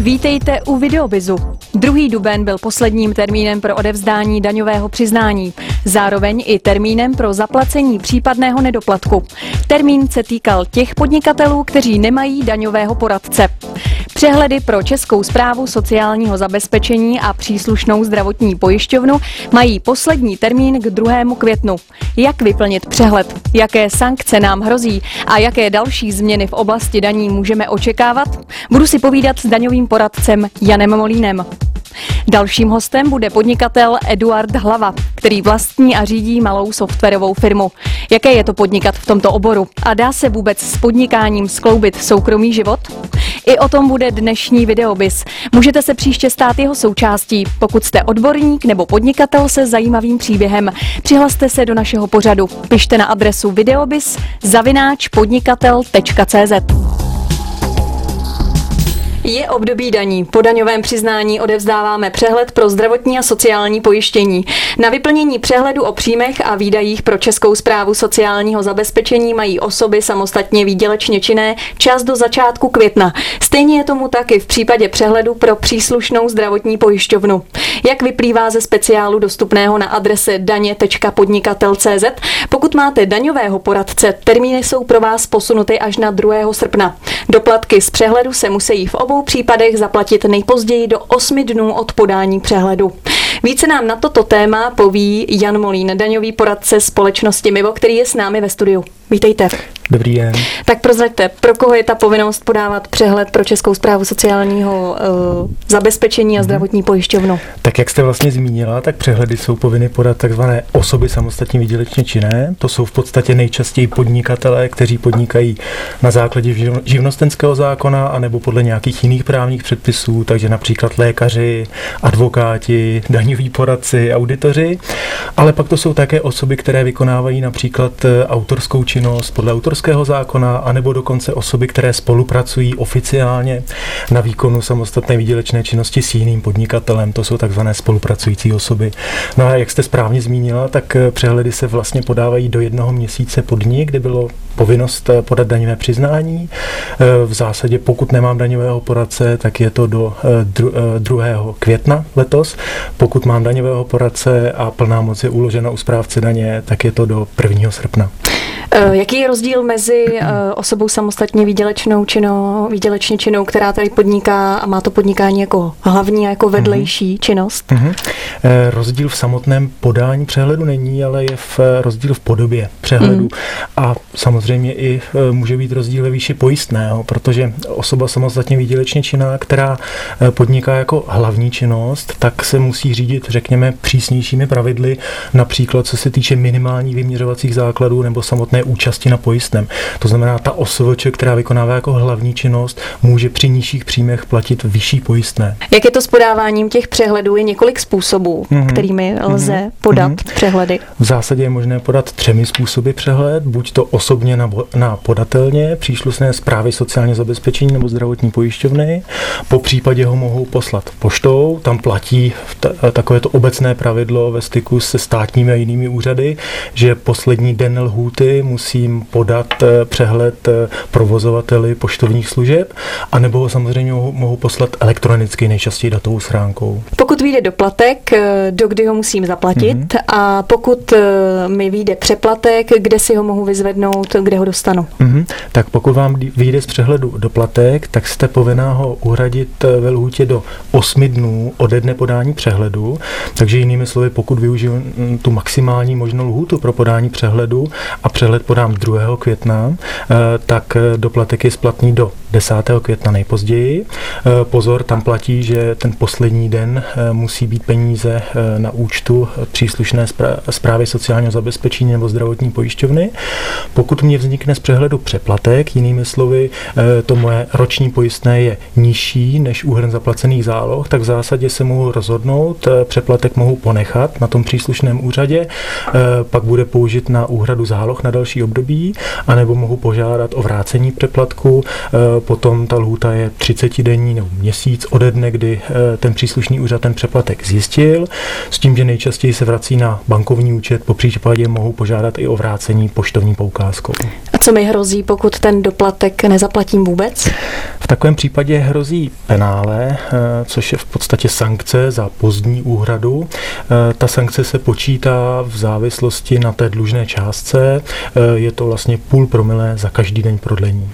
Vítejte u Videobizu. 2. duben byl posledním termínem pro odevzdání daňového přiznání. Zároveň i termínem pro zaplacení případného nedoplatku. Termín se týkal těch podnikatelů, kteří nemají daňového poradce. Přehledy pro Českou správu sociálního zabezpečení a příslušnou zdravotní pojišťovnu mají poslední termín k 2. květnu. Jak vyplnit přehled? Jaké sankce nám hrozí? A jaké další změny v oblasti daní můžeme očekávat? Budu si povídat s daňovým poradcem Janem Molínem. Dalším hostem bude podnikatel Eduard Hlava, který vlastní a řídí malou softwarovou firmu. Jaké je to podnikat v tomto oboru? A dá se vůbec s podnikáním skloubit soukromý život? I o tom bude dnešní Videobiz. Můžete se příště stát jeho součástí. Pokud jste odborník nebo podnikatel se zajímavým příběhem, přihlaste se do našeho pořadu. Pište na adresu videobiz@podnikatel.cz. Je období daní. Po daňovém přiznání odevzdáváme přehled pro zdravotní a sociální pojištění. Na vyplnění přehledu o příjmech a výdajích pro Českou správu sociálního zabezpečení mají osoby samostatně výdělečně činné čas do začátku května. Stejně je tomu tak i v případě přehledu pro příslušnou zdravotní pojišťovnu. Jak vyplývá ze speciálu dostupného na adrese daně.podnikatel.cz, pokud máte daňového poradce, termíny jsou pro vás posunuty až na 2. srpna. Doplatky z přehledu se musí v obou případech zaplatit nejpozději do 8 dnů od podání přehledu. Více nám na toto téma poví Jan Molín, daňový poradce společnosti Mivo, který je s námi ve studiu. Vítejte. Dobrý den. Tak prozraďte, pro koho je ta povinnost podávat přehled pro Českou správu sociálního zabezpečení a zdravotní pojišťovnu? Tak jak jste vlastně zmínila, tak přehledy jsou povinny podat takzvané osoby samostatně výdělečně činné. To jsou v podstatě nejčastěji podnikatelé, kteří podnikají na základě živnostenského zákona anebo podle nějakých jiných právních předpisů, takže například lékaři, advokáti, daňoví poradci, auditoři. Ale pak to jsou také osoby, které vykonávají například autorskou činnost podle autorského zákona, anebo dokonce osoby, které spolupracují oficiálně na výkonu samostatné výdělečné činnosti s jiným podnikatelem. To jsou takzvané spolupracující osoby. No a jak jste správně zmínila, tak přehledy se vlastně podávají do 1 měsíce po dni, kdy bylo povinnost podat daňové přiznání. V zásadě, pokud nemám daňového poradce, tak je to do 2. května letos. Pokud mám daňového poradce a plná moc je uložena u správce daně, tak je to do 1. srpna. Jaký je rozdíl mezi osobou samostatně výdělečně činnou, která tady podniká a má to podnikání jako hlavní a jako vedlejší činnost? Rozdíl v samotném podání přehledu není, ale je rozdíl v podobě přehledu. A samozřejmě i může být rozdíl ve výši pojistného, protože osoba samostatně výdělečně činná, která podniká jako hlavní činnost, tak se musí řídit, řekněme, přísnějšími pravidly, například co se týče minimální vyměřovacích základů nebo samotné účasti na pojistném. To znamená, ta OSVČ, která vykonává jako hlavní činnost, může při nižších příjmech platit vyšší pojistné. Jak je to s podáváním těch přehledů? Je několik způsobů, kterými lze podat přehledy. V zásadě je možné podat 3 způsoby přehled, buď to osobně na podatelně, příslušné správy sociálního zabezpečení nebo zdravotní pojišťovny. Po případě ho mohou poslat poštou, tam platí takovéto obecné pravidlo ve styku se státními a jinými úřady, že poslední den lhůty musím podat přehled provozovateli poštovních služeb, anebo ho samozřejmě mohu poslat elektronicky, nejčastěji datovou schránkou. Pokud vyjde doplatek, do kdy ho musím zaplatit, a pokud mi vyjde přeplatek, kde si ho mohu vyzvednout, kde ho dostanu? Tak pokud vám vyjde z přehledu doplatek, tak jste povinná ho uhradit ve lhůtě do 8 dnů ode dne podání přehledu. Takže jinými slovy, pokud využiju tu maximální možnou lhůtu pro podání přehledu a přehled podám 2. května, tak doplatek je splatný do 10. května nejpozději. Pozor, tam platí, že ten poslední den musí být peníze na účtu příslušné správy sociálního zabezpečení nebo zdravotní pojišťovny. Pokud mě vznikne z přehledu přeplatek, jinými slovy, to moje roční pojistné je nižší než úhrn zaplacených záloh, tak v zásadě se mohu rozhodnout, přeplatek mohu ponechat na tom příslušném úřadě, pak bude použit na úhradu záloh na další období, anebo mohu požádat o vrácení přeplatku, potom ta lhůta je 30 denní nebo měsíc ode dne, kdy ten příslušný úřad ten přeplatek zjistil, s tím, že nejčastěji se vrací na bankovní účet, po případě mohu požádat i o vrácení poštovní poukázkou. A co mi hrozí, pokud ten doplatek nezaplatím vůbec? V takovém případě hrozí penále, což je v podstatě sankce za pozdní úhradu. Ta sankce se počítá v závislosti na té dlužné částce. Je to vlastně 0,5 promile za každý den prodlení.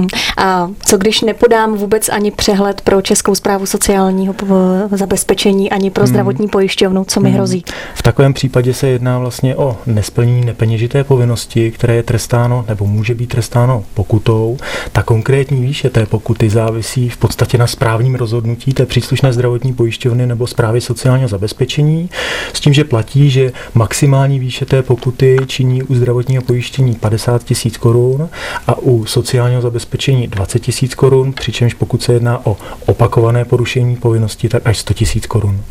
A co když nepodám vůbec ani přehled pro Českou správu sociálního zabezpečení, ani pro zdravotní pojišťovnu, co mi hrozí? V takovém případě se jedná vlastně o nesplnění nepeněžité povinnosti, které je trestáno nebo může být trestáno pokutou. Ta konkrétní výše té pokuty závisí v podstatě na správním rozhodnutí té příslušné zdravotní pojišťovny nebo správy sociálního zabezpečení, s tím, že platí, že maximální výše té pokuty činí u zdravotního pojištění 50 000 korun a u sociálního zabezpečení 20 000 korun, přičemž pokud se jedná o opakované porušení povinnosti, tak až 100 000 korun.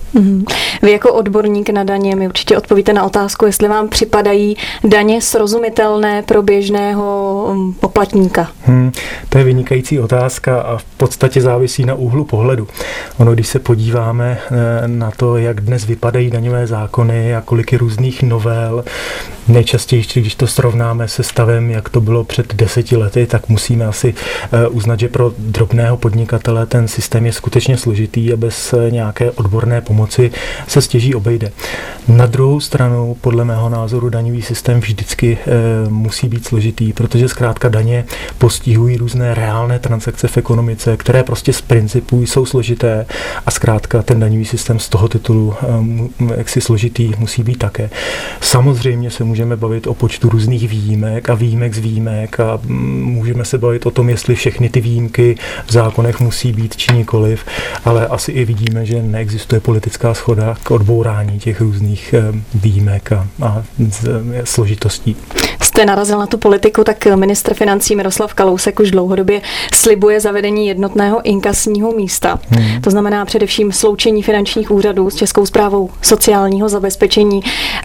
Vy jako odborník na daně mi určitě odpovíte na otázku, jestli vám připadají daně srozumitelné pro běžného poplatníka. To je vynikající otázka a v podstatě závisí na úhlu pohledu. Ono, když se podíváme na to, jak dnes vypadají daňové zákony a kolik je různých novel, nejčastěji, když to srovnáme se stavem, jak to bylo před 10 lety, tak musíme asi uznat, že pro drobného podnikatele ten systém je skutečně složitý a bez nějaké odborné pomoci se stěží obejde. Na druhou stranu, podle mého názoru, daňový systém vždycky musí být složitý, protože zkrátka daně postihují různé reálné transakce v ekonomice, které prostě z principu jsou složité a zkrátka ten daňový systém z toho titulu jaksi složitý musí být také. Samozřejmě se můžeme bavit o počtu různých výjimek a výjimek z výjimek a můžeme se bavit o tom, jestli všechny ty výjimky v zákonech musí být či nikoliv, ale asi i vidíme, že neexistuje politická shoda k odbourání těch různých výjimek a složitostí. Jste narazil na tu politiku, tak ministr financí Miroslav Kalousek už dlouhodobě slibuje zavedení jednotného inkasního místa. To znamená především sloučení finančních úřadů s Českou správou sociálního zabezpečení.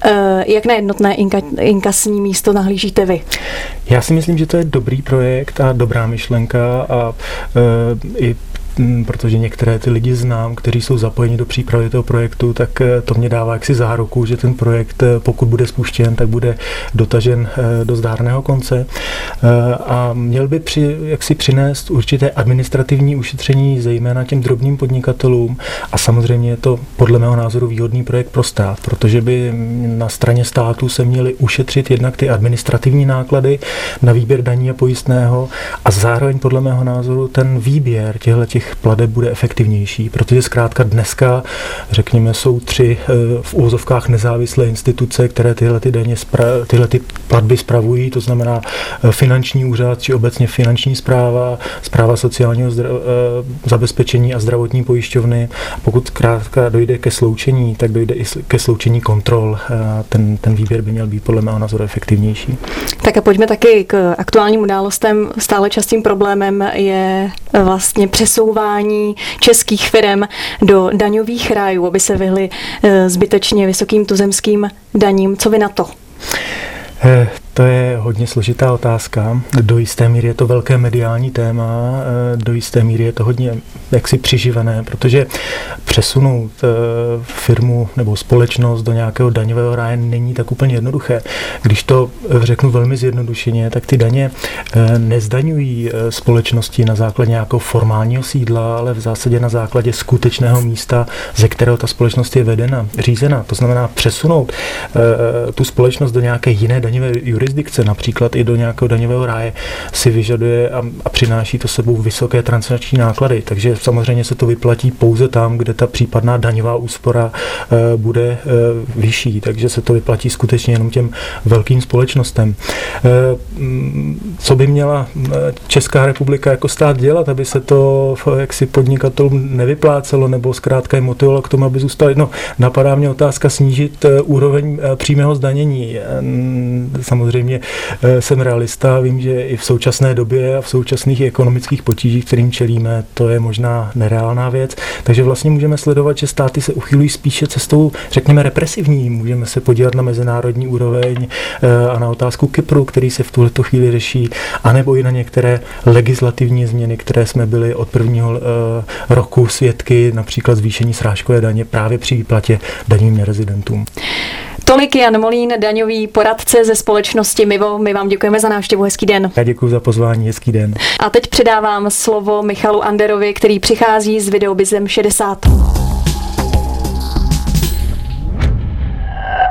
Jak na jednotné inkasní místo nahlížíte vy? Já si myslím, že to je dobrý projekt a dobrá myšlenka a i protože některé ty lidi znám, kteří jsou zapojeni do přípravy toho projektu, tak to mě dává jaksi záruku, že ten projekt, pokud bude spuštěn, tak bude dotažen do zdárného konce a měl by jaksi přinést určité administrativní ušetření zejména těm drobným podnikatelům a samozřejmě je to podle mého názoru výhodný projekt pro stát, protože by na straně státu se měly ušetřit jednak ty administrativní náklady na výběr daní a pojistného a zároveň podle mého názoru ten výběr těch plateb bude efektivnější, protože zkrátka dneska, řekněme, jsou 3 v uvozovkách nezávislé instituce, které tyhle platby spravují, to znamená finanční úřad, či obecně finanční správa, správa sociálního zabezpečení a zdravotní pojišťovny. Pokud zkrátka dojde ke sloučení, tak dojde i ke sloučení kontrol. Ten výběr by měl být podle mého názoru efektivnější. Tak a pojďme taky k aktuálním událostem. Stále častým problémem je vlastně přesouvání českých firem do daňových rájů, aby se vyhly zbytečně vysokým tuzemským daním. Co vy na to? To je hodně složitá otázka. Do jisté míry je to velké mediální téma, do jisté míry je to hodně jaksi přiživené, protože přesunout firmu nebo společnost do nějakého daňového ráje není tak úplně jednoduché. Když to řeknu velmi zjednodušeně, tak ty daně nezdaňují společnosti na základě nějakého formálního sídla, ale v zásadě na základě skutečného místa, ze kterého ta společnost je vedena, řízena. To znamená přesunout tu společnost do nějaké jiné daňové jurisdikce, například i do nějakého daňového ráje, si vyžaduje a přináší to sebou vysoké transakční náklady. Takže samozřejmě se to vyplatí pouze tam, kde ta případná daňová úspora bude vyšší. Takže se to vyplatí skutečně jenom těm velkým společnostem. Co by měla Česká republika jako stát dělat, aby se to jaksi podnikatelům nevyplácelo nebo zkrátka je motivovalo k tomu, aby zůstali? No, napadá mě otázka snížit úroveň přímého zdanění. Samozřejmě jsem realista, vím, že i v současné době a v současných ekonomických potížích, kterým čelíme, to je možná nereálná věc. Takže vlastně můžeme sledovat, že státy se uchylují spíše cestou, řekněme, represivní. Můžeme se podívat na mezinárodní úroveň a na otázku Kypru, který se v tuhleto chvíli řeší, anebo i na některé legislativní změny, které jsme byli od prvního roku svědky, například zvýšení srážkové daně právě při výplatě daňovým nerezidentům. Tolik Jan Molín, daňový poradce ze společnosti Mivo. My vám děkujeme za návštěvu, hezký den. Já děkuji za pozvání, hezký den. A teď předávám slovo Michalu Anderovi, který přichází s videobizem 60.